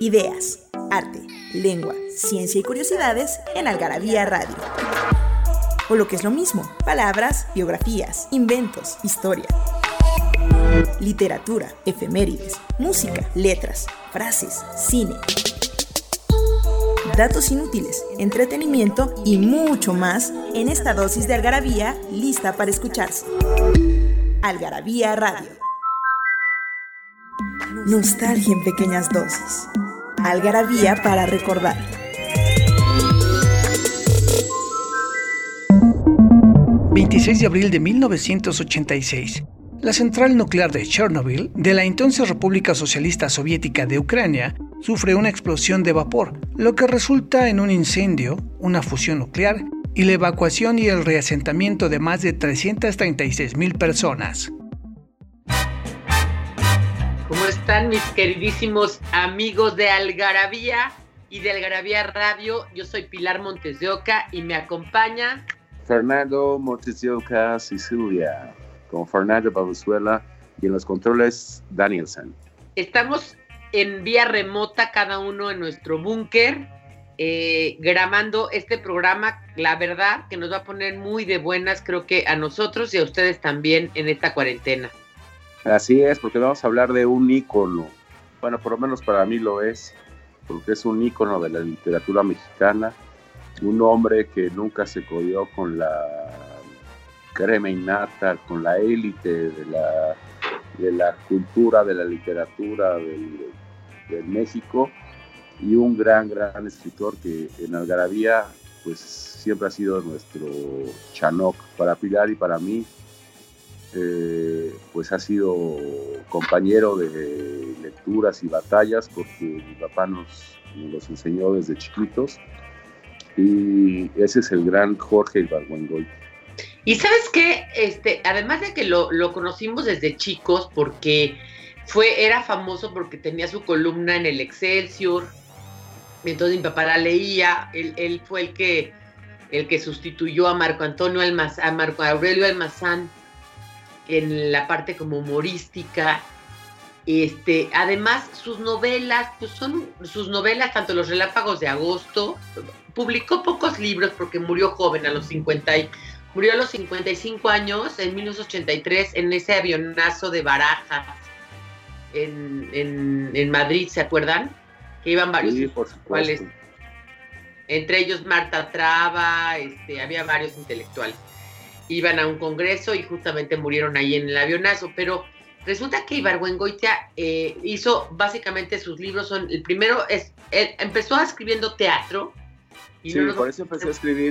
Ideas, arte, lengua, ciencia y curiosidades en Algarabía Radio. O lo que es lo mismo, palabras, biografías, inventos, historia. Literatura, efemérides, música, letras, frases, cine. Datos inútiles, entretenimiento y mucho más en esta dosis de algarabía lista para escucharse. Algarabía Radio. Nostalgia en pequeñas dosis. Algarabía para recordar. ...26 de abril de 1986... la central nuclear de Chernobyl, de la entonces República Socialista Soviética de Ucrania, sufre una explosión de vapor, lo que resulta en un incendio, una fusión nuclear y la evacuación y el reasentamiento de más de 336,000 personas. ¿Cómo están mis queridísimos amigos de Algarabía y de Algarabía Radio? Yo soy Pilar Montes de Oca y me acompaña... Fernando Montes de Oca, Sicilia, con Fernando Valenzuela y en los controles Danielson. Estamos en vía remota, cada uno en nuestro búnker, grabando este programa, la verdad que nos va a poner muy de buenas, creo que a nosotros y a ustedes también en esta cuarentena. Así es, porque vamos a hablar de un ícono, bueno, por lo menos para mí lo es, porque es un ícono de la literatura mexicana, un hombre que nunca se codió con la crema innata, con la élite de la cultura, de la literatura del México, y un gran escritor que en Algarabía pues siempre ha sido nuestro Chanoc. Para Pilar y para mí pues ha sido compañero de lecturas y batallas, porque mi papá nos los enseñó desde chiquitos, y ese es el gran Jorge Ibargüengoitia. Y ¿sabes qué? Además de que lo conocimos desde chicos, porque era famoso porque tenía su columna en el Excelsior, entonces mi papá la leía, él fue el que sustituyó a Marco Aurelio Almazán en la parte como humorística. Además sus novelas, pues son sus novelas, tanto Los Relámpagos de Agosto, publicó pocos libros porque murió joven, murió a los 55 años, en 1983, en ese avionazo de Barajas, en Madrid, ¿se acuerdan? Que iban varios intelectuales, entre ellos Marta Traba, había varios intelectuales. Iban a un congreso y justamente murieron ahí en el avionazo, pero resulta que Ibargüengoitia hizo básicamente sus libros, el primero él empezó escribiendo teatro. Y sí, por eso empecé a escribir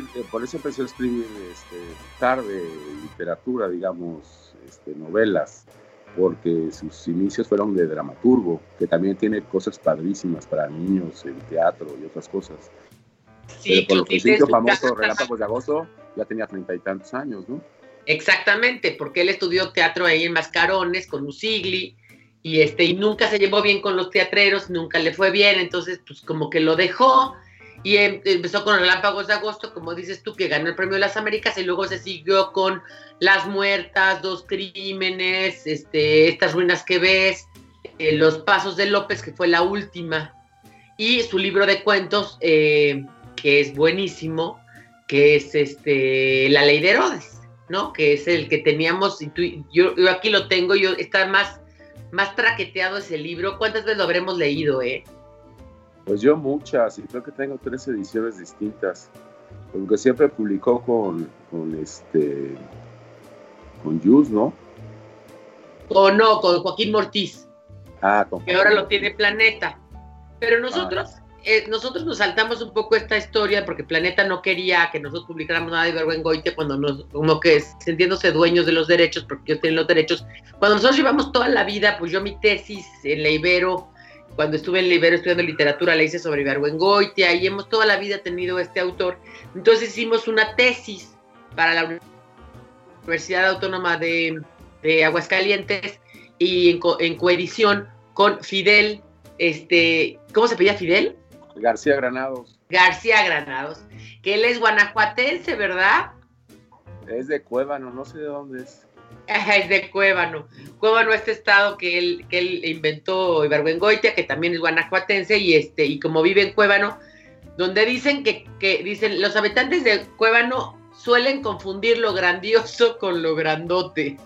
tarde literatura, digamos, novelas, porque sus inicios fueron de dramaturgo, que también tiene cosas padrísimas para niños en teatro y otras cosas. Sí, pero por el sitio famoso Relámpagos de Agosto ya tenía 30 y tantos años, ¿no? Exactamente, porque él estudió teatro ahí en Mascarones con Usigli, y nunca se llevó bien con los teatreros, nunca le fue bien, entonces pues como que lo dejó. Y empezó con Relámpagos de Agosto, como dices tú, que ganó el Premio de las Américas, y luego se siguió con Las Muertas, Dos Crímenes, Estas Ruinas que Ves, Los Pasos de López, que fue la última, y su libro de cuentos, que es buenísimo, que es La Ley de Herodes, ¿no? Que es el que teníamos, y yo aquí lo tengo, está más traqueteado ese libro. ¿Cuántas veces lo habremos leído, Pues yo muchas, y creo que tengo 3 ediciones distintas, porque siempre publicó con Yus, ¿no? O no, con Joaquín Mortiz, que ahora lo tiene Planeta. Pero nosotros nos saltamos un poco esta historia, porque Planeta no quería que nosotros publicáramos nada de Ibargüengoitia, como que sintiéndose dueños de los derechos, porque ellos tienen los derechos. Cuando nosotros llevamos toda la vida, pues yo mi tesis en la Ibero, cuando estuve en la Ibero estudiando literatura, la hice sobre Ibargüengoitia, y hemos toda la vida tenido este autor. Entonces hicimos una tesis para la Universidad Autónoma de Aguascalientes, y en coedición con Fidel, ¿cómo se apellida Fidel? García Granados, que él es guanajuatense, ¿verdad? Es de Cuébano, no sé de dónde es. Es de Cuébano. Cuébano, este estado que él inventó Ibargüengoitia, que también es guanajuatense, y como vive en Cuébano, donde dicen que dicen los habitantes de Cuébano suelen confundir lo grandioso con lo grandote.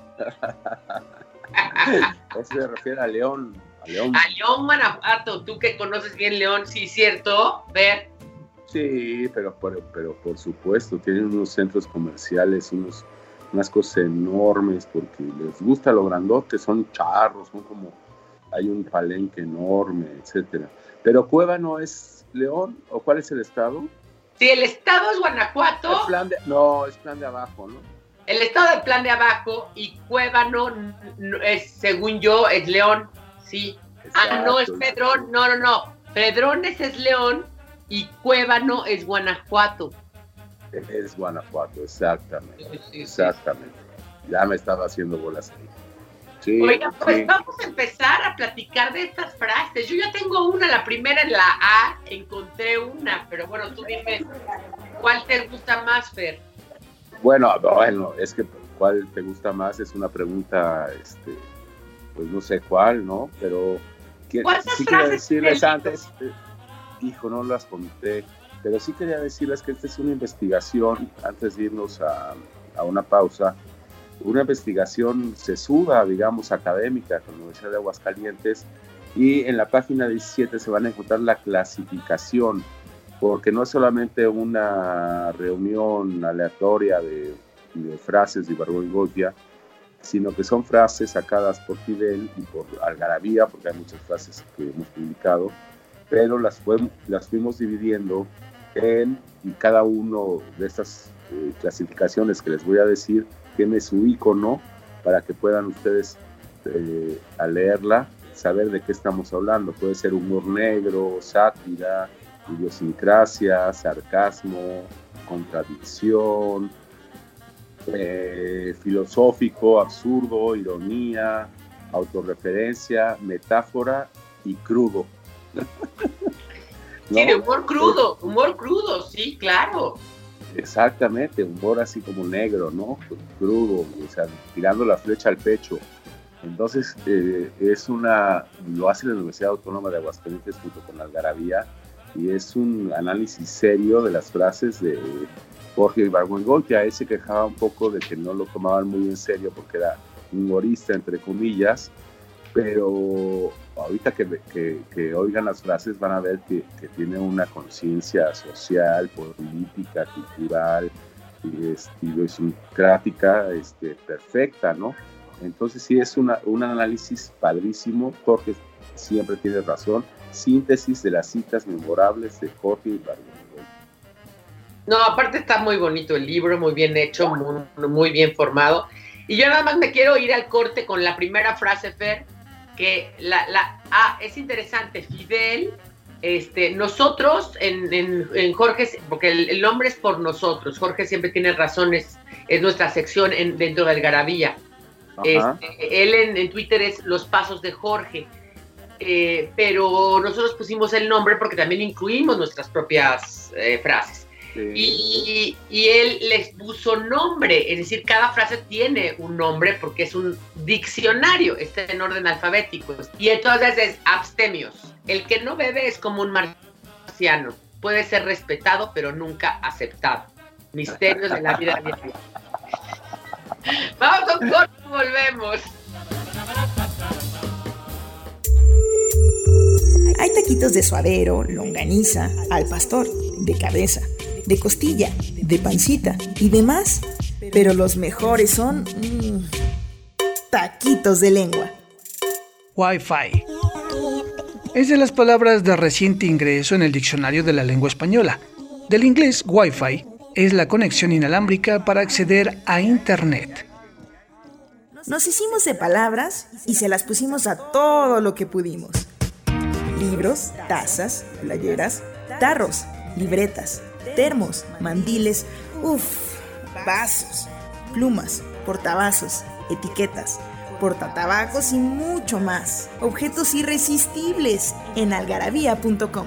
Eso se refiere a León. A León, Guanajuato. Tú que conoces bien León, sí, ¿cierto? Ver. Sí, pero por supuesto, tienen unos centros comerciales, unas cosas enormes, porque les gusta lo grandote, son charros, son como, hay un palenque enorme, etcétera. Pero Cuébano es León, ¿o cuál es el estado? Sí, el estado es Guanajuato. Es Plan de Abajo, ¿no? El estado del Plan de Abajo, y Cuébano es, según yo, es León, sí. Exacto. No, es Pedrón, no. Pedrones es León y Cuébano es Guanajuato. Es Guanajuato, exactamente. Sí. Exactamente. Ya me estaba haciendo bolas ahí. Sí, oiga, pues sí. Vamos a empezar a platicar de estas frases. Yo ya tengo una, la primera en la A, encontré una, pero bueno, tú dime, ¿cuál te gusta más, Fer? Bueno, es que ¿cuál te gusta más? Es una pregunta, pues no sé cuál, ¿no? Pero sí quería decirles antes, no las conté, pero sí quería decirles que esta es una investigación, antes de irnos a una pausa, una investigación sesuda, digamos, académica con la Universidad de Aguascalientes, y en la página 17 se van a encontrar la clasificación, porque no es solamente una reunión aleatoria de frases de Ibargüengoitia, sino que son frases sacadas por Fidel y por Algarabía, porque hay muchas frases que hemos publicado, pero las fuimos dividiendo y cada uno de estas clasificaciones que les voy a decir tiene su icono para que puedan ustedes al leerla saber de qué estamos hablando. Puede ser humor negro, sátira, idiosincrasia, sarcasmo, contradicción, filosófico, absurdo, ironía, autorreferencia, metáfora y crudo. ¿No? Sí, de humor crudo, sí, claro. Exactamente, humor así como negro, ¿no? Crudo, o sea, tirando la flecha al pecho. Entonces, lo hace la Universidad Autónoma de Aguascalientes junto con Algarabía, y es un análisis serio de las frases de Jorge Ibargüengoitia. Él se quejaba un poco de que no lo tomaban muy en serio porque era humorista, entre comillas, pero ahorita que oigan las frases van a ver que tiene una conciencia social, política, cultural y idiosincrática perfecta, ¿no? Entonces sí es un análisis padrísimo. Jorge siempre tiene razón. Síntesis de las citas memorables de Jorge Ibargüengoitia. No, aparte está muy bonito el libro, muy bien hecho, muy bien formado. Y yo nada más me quiero ir al corte con la primera frase, Fer, que es interesante. Fidel, nosotros en Jorge, porque el nombre es por nosotros, Jorge siempre tiene razones, es nuestra sección dentro de Algarabía. Él en Twitter es Los Pasos de Jorge, pero nosotros pusimos el nombre porque también incluimos nuestras propias frases. Sí. Y él les puso nombre, es decir, cada frase tiene un nombre porque es un diccionario, está en orden alfabético. Y entonces es abstemios. El que no bebe es como un marciano, puede ser respetado pero nunca aceptado. Misterios de la vida diaria. Vamos con corto, volvemos. Hay taquitos de suadero, longaniza, al pastor, de cabeza, de costilla, de pancita y demás, pero los mejores son taquitos de lengua. Wi-Fi es de las palabras de reciente ingreso en el diccionario de la lengua española. Del inglés Wi-Fi es la conexión inalámbrica para acceder a Internet. Nos hicimos de palabras y se las pusimos a todo lo que pudimos. Libros, tazas, playeras, tarros, libretas, termos, mandiles, vasos, plumas, portavasos, etiquetas, portatabacos y mucho más. Objetos irresistibles en algarabía.com.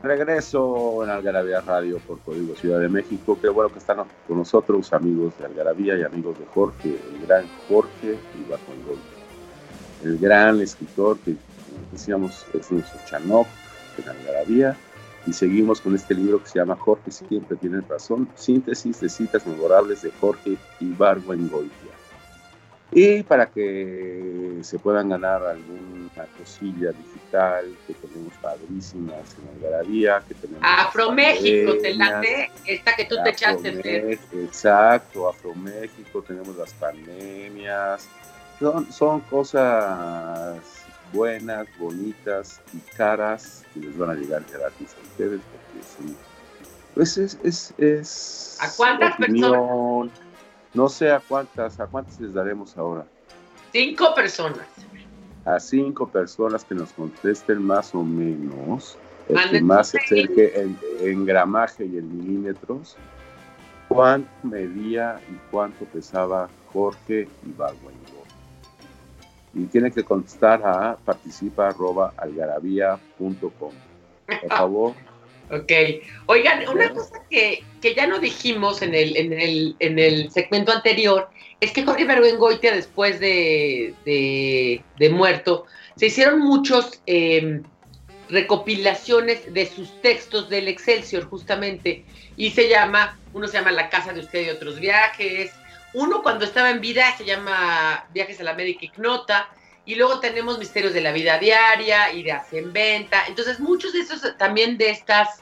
Regreso en Algarabía Radio por Código Ciudad de México. Qué bueno que están con nosotros, amigos de Algarabía y amigos de Jorge, el gran Jorge Ibargüengoitia, el gran escritor que, como decíamos, es nuestro Chanok en Algarabía. Y seguimos con este libro que se llama Jorge siempre tiene razón, síntesis de citas memorables de Jorge Ibargüengoitia. Y para que se puedan ganar alguna cosilla digital que tenemos padrísimas en Algarabía, que tenemos Afroméxico, te late, esta que tú te echaste. Exacto, Afroméxico, tenemos las pandemias, son cosas buenas, bonitas y caras que les van a llegar gratis a ustedes, porque sí, pues es ¿A cuántas opinión. No sé a cuántas les daremos ahora. 5 personas. A 5 personas que nos contesten más o menos, el que más se acerque en gramaje y en milímetros, cuánto medía y cuánto pesaba Jorge Ibargüengoitia. Y tiene que contestar a participa@algarabia.com. Por favor. Ok. Oigan, una cosa que ya no dijimos en el segmento anterior es que Jorge Ibargüengoitia, después de muerto, se hicieron muchos recopilaciones de sus textos del Excelsior, justamente, y uno se llama La casa de usted y otros viajes, uno cuando estaba en vida se llama Viajes a la América Ignota, y luego tenemos Misterios de la Vida Diaria, Ideas en Venta. Entonces, muchos de esos, también de estas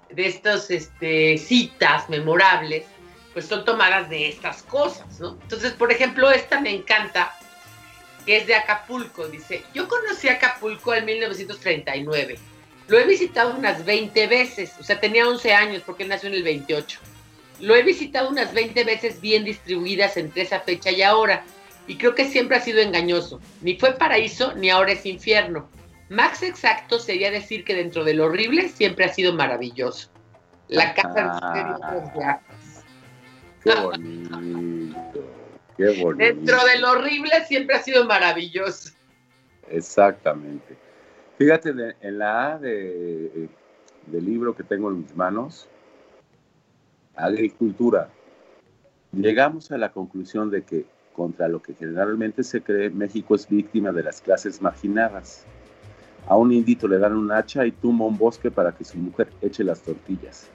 citas memorables, pues son tomadas de estas cosas, ¿no? Entonces, por ejemplo, esta me encanta, que es de Acapulco. Dice, yo conocí Acapulco en 1939. Lo he visitado unas 20 veces. O sea, tenía 11 años porque nació en el 28. Lo he visitado unas 20 veces bien distribuidas entre esa fecha y ahora. Y creo que siempre ha sido engañoso. Ni fue paraíso, ni ahora es infierno. Más exacto sería decir que dentro de lo horrible siempre ha sido maravilloso. La casa de misterios de los viajes. Qué bonito, qué bonito. Dentro de lo horrible siempre ha sido maravilloso. Exactamente. Fíjate, en la A del libro que tengo en mis manos, Agricultura, llegamos a la conclusión de que, contra lo que generalmente se cree, México es víctima de las clases marginadas. A un indito le dan un hacha y tumba un bosque para que su mujer eche las tortillas.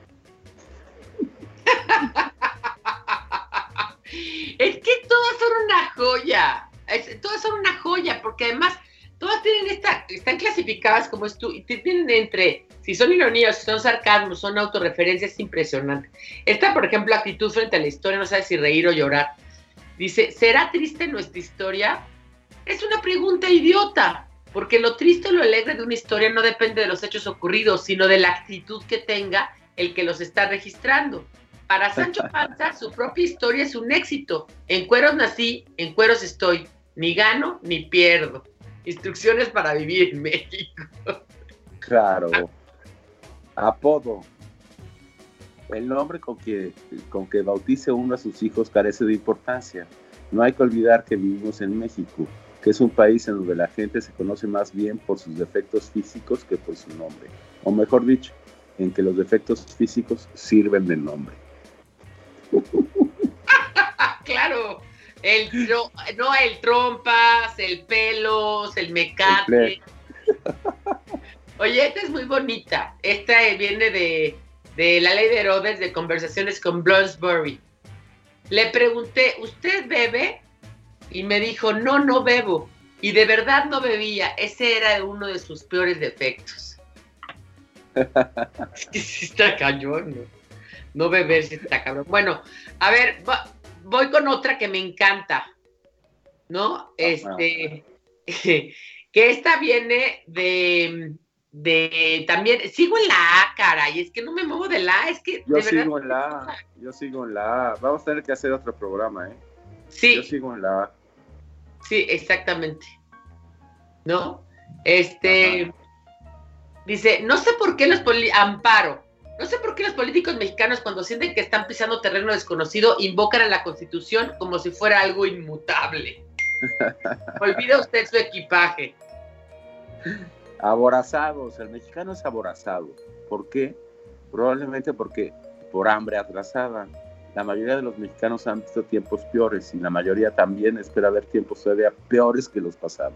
Es que todas son una joya. Todas son una joya, porque además todas tienen están clasificadas como y tienen si son ironías, si son sarcasmos, son autorreferencias impresionantes. Esta, por ejemplo, actitud frente a la historia, no sabe si reír o llorar. Dice, ¿será triste nuestra historia? Es una pregunta idiota, porque lo triste o lo alegre de una historia no depende de los hechos ocurridos, sino de la actitud que tenga el que los está registrando. Para Sancho Panza, su propia historia es un éxito. En cueros nací, en cueros estoy. Ni gano, ni pierdo. Instrucciones para vivir en México. Claro. Apodo. El nombre con que bautice uno a sus hijos carece de importancia. No hay que olvidar que vivimos en México, que es un país en donde la gente se conoce más bien por sus defectos físicos que por su nombre. O mejor dicho, en que los defectos físicos sirven de nombre. Claro. El trompas, el pelos, el mecate. Oye, esta es muy bonita. Esta viene de La Ley de Herodes, de Conversaciones con Bloomsbury. Le pregunté, ¿usted bebe? Y me dijo, no bebo. Y de verdad no bebía. Ese era uno de sus peores defectos. Es que sí está cañón, ¿no? No beber sí está cabrón. Bueno, a ver, voy con otra que me encanta, ¿no? Que esta viene de también, sigo en la A, caray, es que no me muevo de la A, es que yo sigo en la A, vamos a tener que hacer otro programa, ¿eh? Sí. Yo sigo en la A. Sí, exactamente. ¿No? Dice, no sé por qué Amparo, no sé por qué los políticos mexicanos cuando sienten que están pisando terreno desconocido invocan a la Constitución como si fuera algo inmutable. Olvida usted su equipaje. Aborazados, el mexicano es aborazado. ¿Por qué? Probablemente porque por hambre atrasada. La mayoría de los mexicanos han visto tiempos peores y la mayoría también espera ver tiempos todavía peores que los pasados.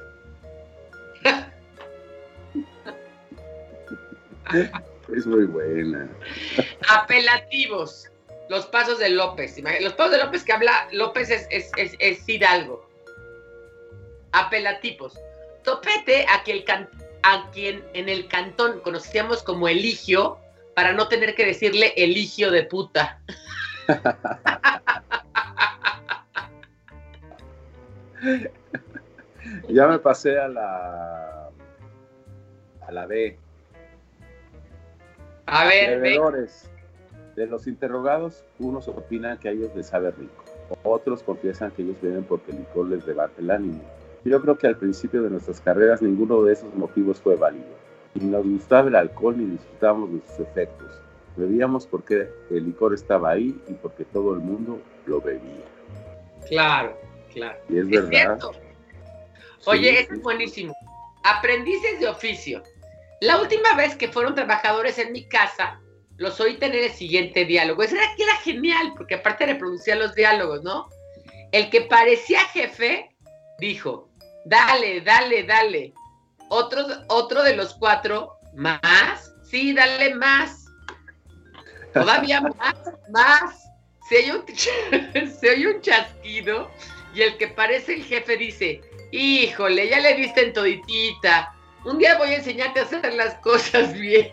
Es muy buena. Apelativos. Los pasos de López. Los pasos de López que habla López es Hidalgo. Apelativos. Topete a quien en el cantón conocíamos como Eligio, para no tener que decirle Eligio de puta. Ya me pasé a la B. A ver, Bebedores. De los interrogados, unos opinan que a ellos les sabe rico, otros confiesan que ellos beben porque el licor les levanta el ánimo. Yo creo que al principio de nuestras carreras ninguno de esos motivos fue válido. Ni nos gustaba el alcohol ni disfrutábamos de sus efectos. Bebíamos porque el licor estaba ahí y porque todo el mundo lo bebía. Claro, claro. Y es verdad. Cierto. Oye, es buenísimo. Aprendices de oficio. La última vez que fueron trabajadores en mi casa, los oí tener el siguiente diálogo. Eso era genial, porque aparte reproducía los diálogos, ¿no? El que parecía jefe dijo, dale, dale, dale. Otro de los cuatro, ¿más? Sí, dale más. Todavía más. Se oye un chasquido y el que parece el jefe dice, híjole, ya le diste en toditita. Un día voy a enseñarte a hacer las cosas bien.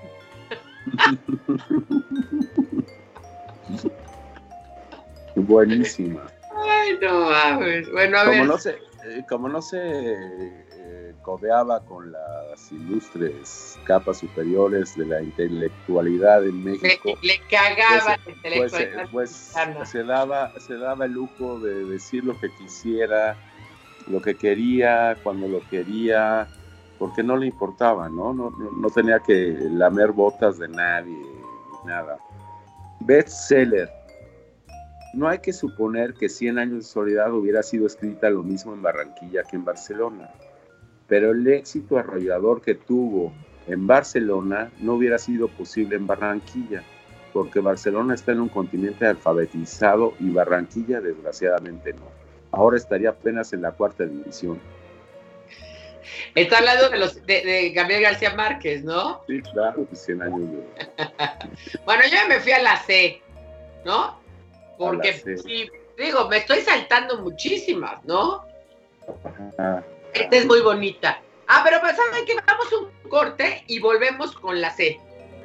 Buenísima. Ay, no mames. Bueno, a ver. Como no se codeaba con las ilustres capas superiores de la intelectualidad en México, le cagaba la intelectualidad. Pues se daba el lujo de decir lo que quisiera, lo que quería, cuando lo quería, porque no le importaba, ¿no? No tenía que lamer botas de nadie, nada. Bestseller. No hay que suponer que 100 años de soledad hubiera sido escrita lo mismo en Barranquilla que en Barcelona, pero el éxito arrollador que tuvo en Barcelona no hubiera sido posible en Barranquilla, porque Barcelona está en un continente alfabetizado y Barranquilla desgraciadamente no. Ahora estaría apenas en la 4ª división. Está hablando de Gabriel García Márquez, ¿no? Sí, claro, 100 años. Bueno, yo me fui a la C, ¿no? Porque, sí, digo, me estoy saltando muchísimas, ¿no? Ajá. Esta es muy bonita. Pero ¿saben qué? Vamos un corte y volvemos con la C.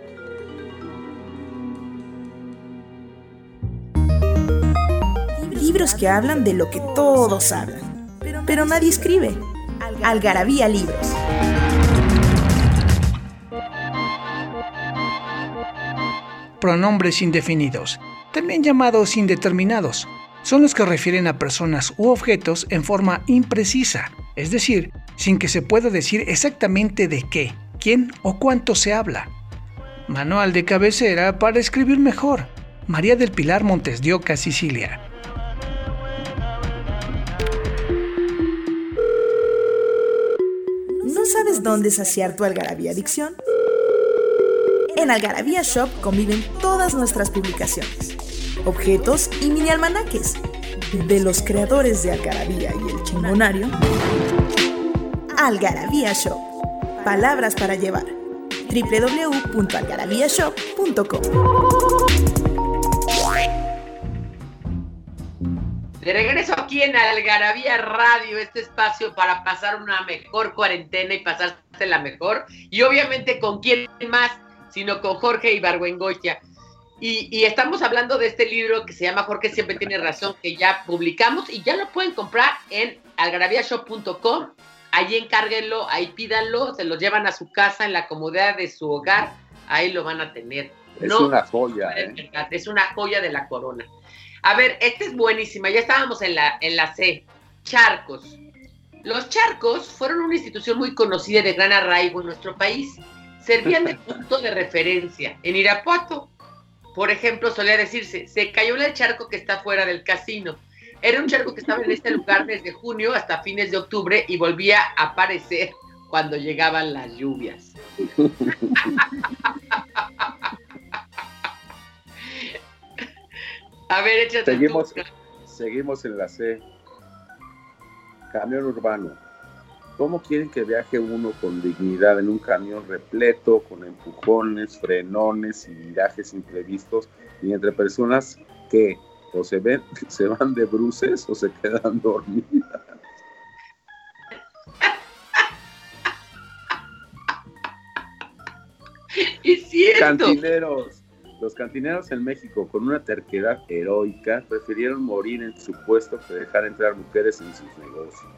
Libros que hablan de lo que todos hablan, pero nadie escribe. Algarabía Libros. Pronombres indefinidos, también llamados indeterminados, son los que refieren a personas u objetos en forma imprecisa, es decir, sin que se pueda decir exactamente de qué, quién o cuánto se habla. Manual de cabecera para escribir mejor. María del Pilar Montes de Oca, Sicilia. ¿No sabes dónde saciar tu algarabía adicción? En Algarabía Shop conviven todas nuestras publicaciones, objetos y mini almanaques de los creadores de Algarabía y el Chingonario. Algarabía Shop. Palabras para llevar. www.algarabíashop.com. De regreso aquí en Algarabía Radio, este espacio para pasar una mejor cuarentena y pasársela mejor. Y obviamente, ¿con quién más? Sino con Jorge Ibargüengoitia. Y estamos hablando de este libro que se llama Jorge siempre tiene razón, que ya publicamos y ya lo pueden comprar en algarabíashop.com. Ahí encárguenlo, ahí pídanlo, se lo llevan a su casa en la comodidad de su hogar, ahí lo van a tener. Es una joya, Es una joya de la corona. A ver, esta es buenísima, ya estábamos en la C. Charcos. Los charcos fueron una institución muy conocida de gran arraigo en nuestro país. Servían de punto de referencia. En Irapuato, por ejemplo, solía decirse, se cayó el charco que está fuera del casino. Era un charco que estaba en este lugar desde junio hasta fines de octubre y volvía a aparecer cuando llegaban las lluvias. A ver, échate Seguimos en la C. Camión urbano. ¿Cómo quieren que viaje uno con dignidad en un camión repleto, con empujones, frenones y virajes imprevistos, y entre personas que o se van de bruces o se quedan dormidas? Es cierto. Los cantineros en México, con una terquedad heroica, prefirieron morir en su puesto que dejar entrar mujeres en sus negocios.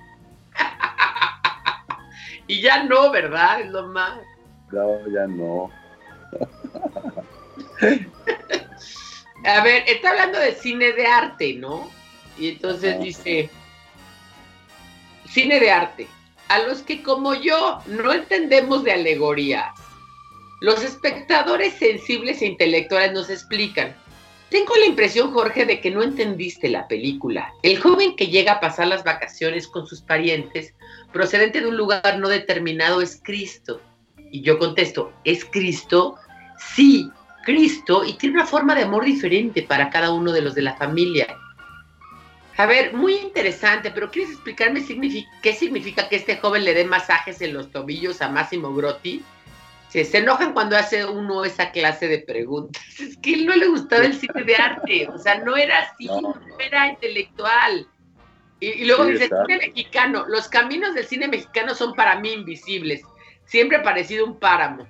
Y ya no, ¿verdad? Es lo más. No, ya no. A ver, está hablando de cine de arte, ¿no? Y entonces dice, cine de arte. A los que como yo no entendemos de alegorías, los espectadores sensibles e intelectuales nos explican. Tengo la impresión, Jorge, de que no entendiste la película. El joven que llega a pasar las vacaciones con sus parientes, procedente de un lugar no determinado, es Cristo. Y yo contesto, ¿es Cristo? Sí, Cristo, y tiene una forma de amor diferente para cada uno de los de la familia. A ver, muy interesante, pero ¿quieres explicarme qué significa que este joven le dé masajes en los tobillos a Massimo Grotti? Se enojan cuando hace uno esa clase de preguntas. Es que a él no le gustaba el cine de arte, o sea, no era así, no era intelectual. Y luego dice, cine mexicano, los caminos del cine mexicano son para mí invisibles, siempre ha parecido un páramo.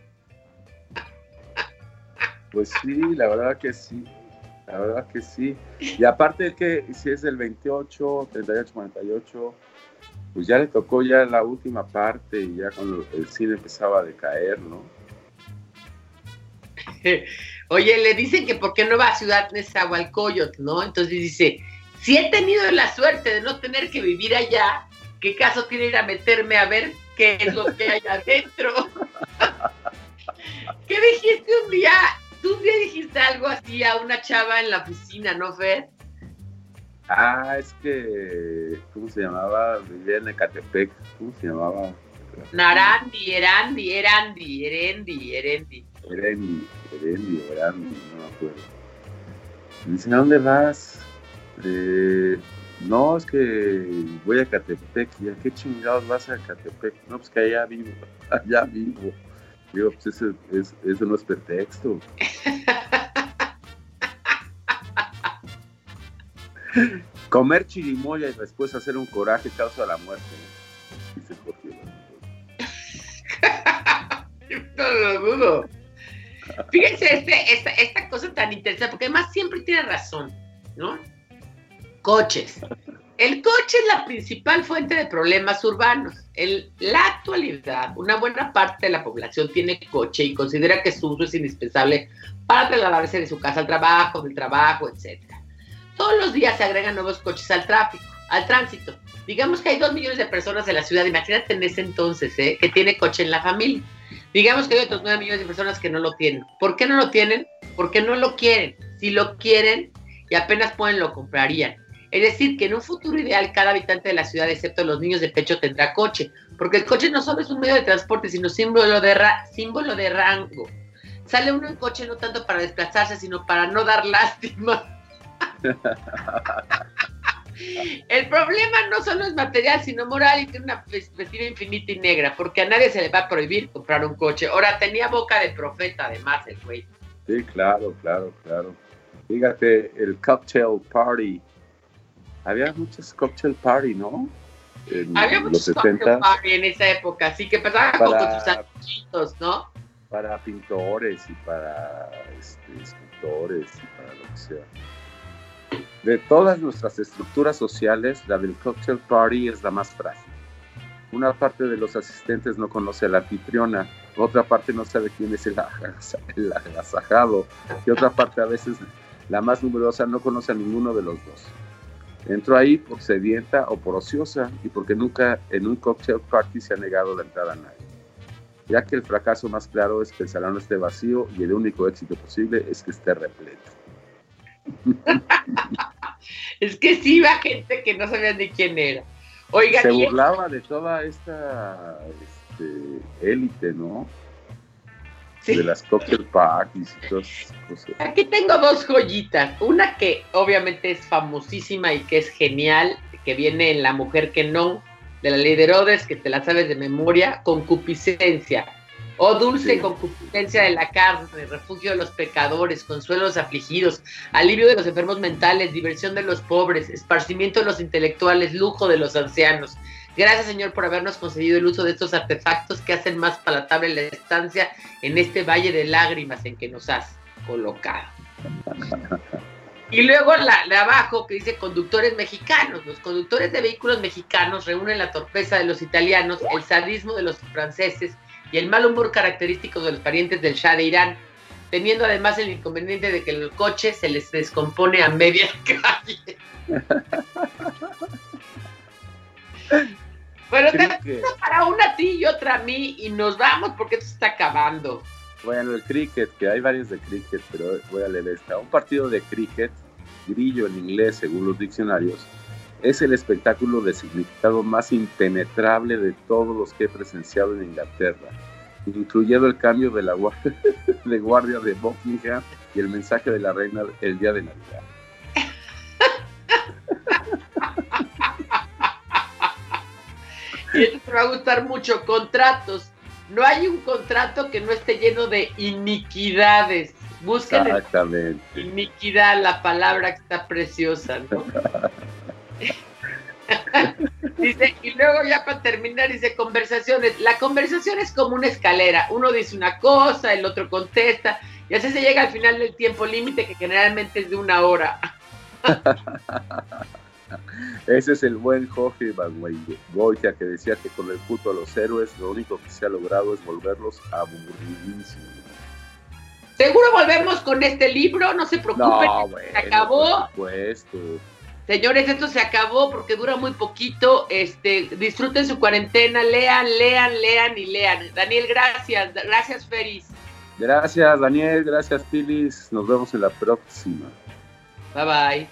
Pues sí, la verdad que sí. Y aparte que si es del 28, 38, 48, pues ya le tocó ya la última parte y ya cuando el cine empezaba a decaer, ¿no? Oye, le dicen que por qué no va a Ciudad Nezahualcóyotl, ¿no? Entonces dice, si he tenido la suerte de no tener que vivir allá, ¿qué caso tiene ir a meterme a ver qué es lo que hay adentro? ¿Qué dijiste un día? Tú un día dijiste algo así a una chava en la oficina, ¿no, Fer? Es que, ¿cómo se llamaba? Vivía en Ecatepec, ¿cómo se llamaba? Erendi, no me acuerdo. Me dice, ¿a dónde vas? No, es que voy a Ecatepec. ¿Y a qué chingados vas a Ecatepec? No, pues que allá vivo. Digo, pues eso no es pretexto. Comer chirimoya y después hacer un coraje causa la muerte, ¿no? Dice Jorge. No lo dudo. Fíjense esta cosa tan interesante, porque además siempre tiene razón, ¿no? Coches. El coche es la principal fuente de problemas urbanos. En la actualidad, una buena parte de la población tiene coche y considera que su uso es indispensable para trasladarse de su casa al trabajo, del trabajo, etc. Todos los días se agregan nuevos coches al tránsito. Digamos que hay 2 millones de personas en la ciudad. Imagínate en ese entonces, que tiene coche en la familia. Digamos que hay otros 9 millones de personas que no lo tienen. ¿Por qué no lo tienen? Porque no lo quieren. Si lo quieren y apenas pueden, lo comprarían. Es decir, que en un futuro ideal, cada habitante de la ciudad, excepto los niños de pecho, tendrá coche. Porque el coche no solo es un medio de transporte, sino símbolo de rango. Sale uno en coche no tanto para desplazarse, sino para no dar lástima. El problema no solo es material, sino moral, y tiene una perspectiva infinita y negra, porque a nadie se le va a prohibir comprar un coche. Ahora, tenía boca de profeta, además, el güey. Sí, claro. Fíjate, el cocktail party. Había muchos cocktail party, ¿no? Había muchos cocktail party en esa época, así que pasaban con sus sanguchitos, ¿no? Para pintores y para escultores y para lo que sea. De todas nuestras estructuras sociales, la del cocktail party es la más frágil. Una parte de los asistentes no conoce a la anfitriona, otra parte no sabe quién es el agasajado, y otra parte, a veces la más numerosa, no conoce a ninguno de los dos. Entró ahí por sedienta o por ociosa, y porque nunca en un cocktail party se ha negado la entrada a nadie. Ya que el fracaso más claro es que el salón esté vacío y el único éxito posible es que esté repleto. Es que sí iba gente que no sabía ni quién era. Oigan, se burlaba de toda esta élite, ¿no? Sí. De las cocktail parties y todas esas cosas. Aquí tengo dos joyitas. Una que obviamente es famosísima y que es genial, que viene en La mujer que no, de la Ley de Herodes, que te la sabes de memoria. Concupiscencia. Oh dulce concupiscencia de la carne, refugio de los pecadores, consuelo de los afligidos, alivio de los enfermos mentales, diversión de los pobres, esparcimiento de los intelectuales, lujo de los ancianos. Gracias, Señor, por habernos concedido el uso de estos artefactos que hacen más palatable la estancia en este valle de lágrimas en que nos has colocado. Y luego la de abajo que dice conductores mexicanos. Los conductores de vehículos mexicanos reúnen la torpeza de los italianos, el sadismo de los franceses y el mal humor característico de los parientes del Shah de Irán, teniendo además el inconveniente de que el coche se les descompone a media calle. Bueno, te para una a ti y otra a mí y nos vamos porque esto está acabando. Bueno, el cricket, que hay varios de cricket, pero voy a leer esta. Un partido de cricket, grillo en inglés según los diccionarios, es el espectáculo de significado más impenetrable de todos los que he presenciado en Inglaterra, incluyendo el cambio de la de guardia de Buckingham y el mensaje de la reina el día de Navidad. Y esto te va a gustar mucho. Contratos. No hay un contrato que no esté lleno de iniquidades. Busquen exactamente. Iniquidad, la palabra que está preciosa, ¿no? Dice, y luego ya para terminar dice conversaciones. La conversación es como una escalera. Uno dice una cosa, el otro contesta, y así se llega al final del tiempo límite, que generalmente es de 1 hora. Ese es el buen Jorge Goitia, que decía que con el culto a los héroes lo único que se ha logrado es volverlos aburridísimos. Seguro volvemos con este libro, no se preocupen, no, bueno, se acabó. Por supuesto. Señores, esto se acabó porque dura muy poquito. Disfruten su cuarentena, lean y lean. Daniel, gracias Feris. Gracias Daniel, gracias Pilis, nos vemos en la próxima. Bye bye.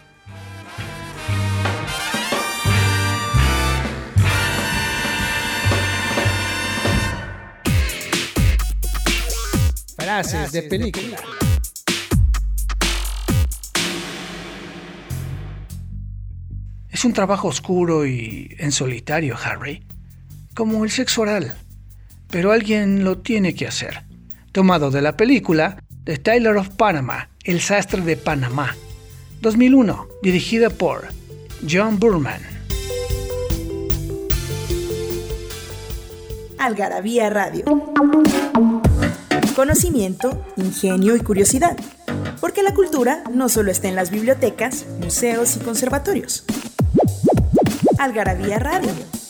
Frases de película. Es un trabajo oscuro y en solitario, Harry, como el sexo oral, pero alguien lo tiene que hacer. Tomado de la película The Tailor of Panama, El sastre de Panamá, 2001, dirigida por John Boorman. Algarabía Radio. Conocimiento, ingenio y curiosidad. Porque la cultura no solo está en las bibliotecas, museos y conservatorios. Algarabía Radio.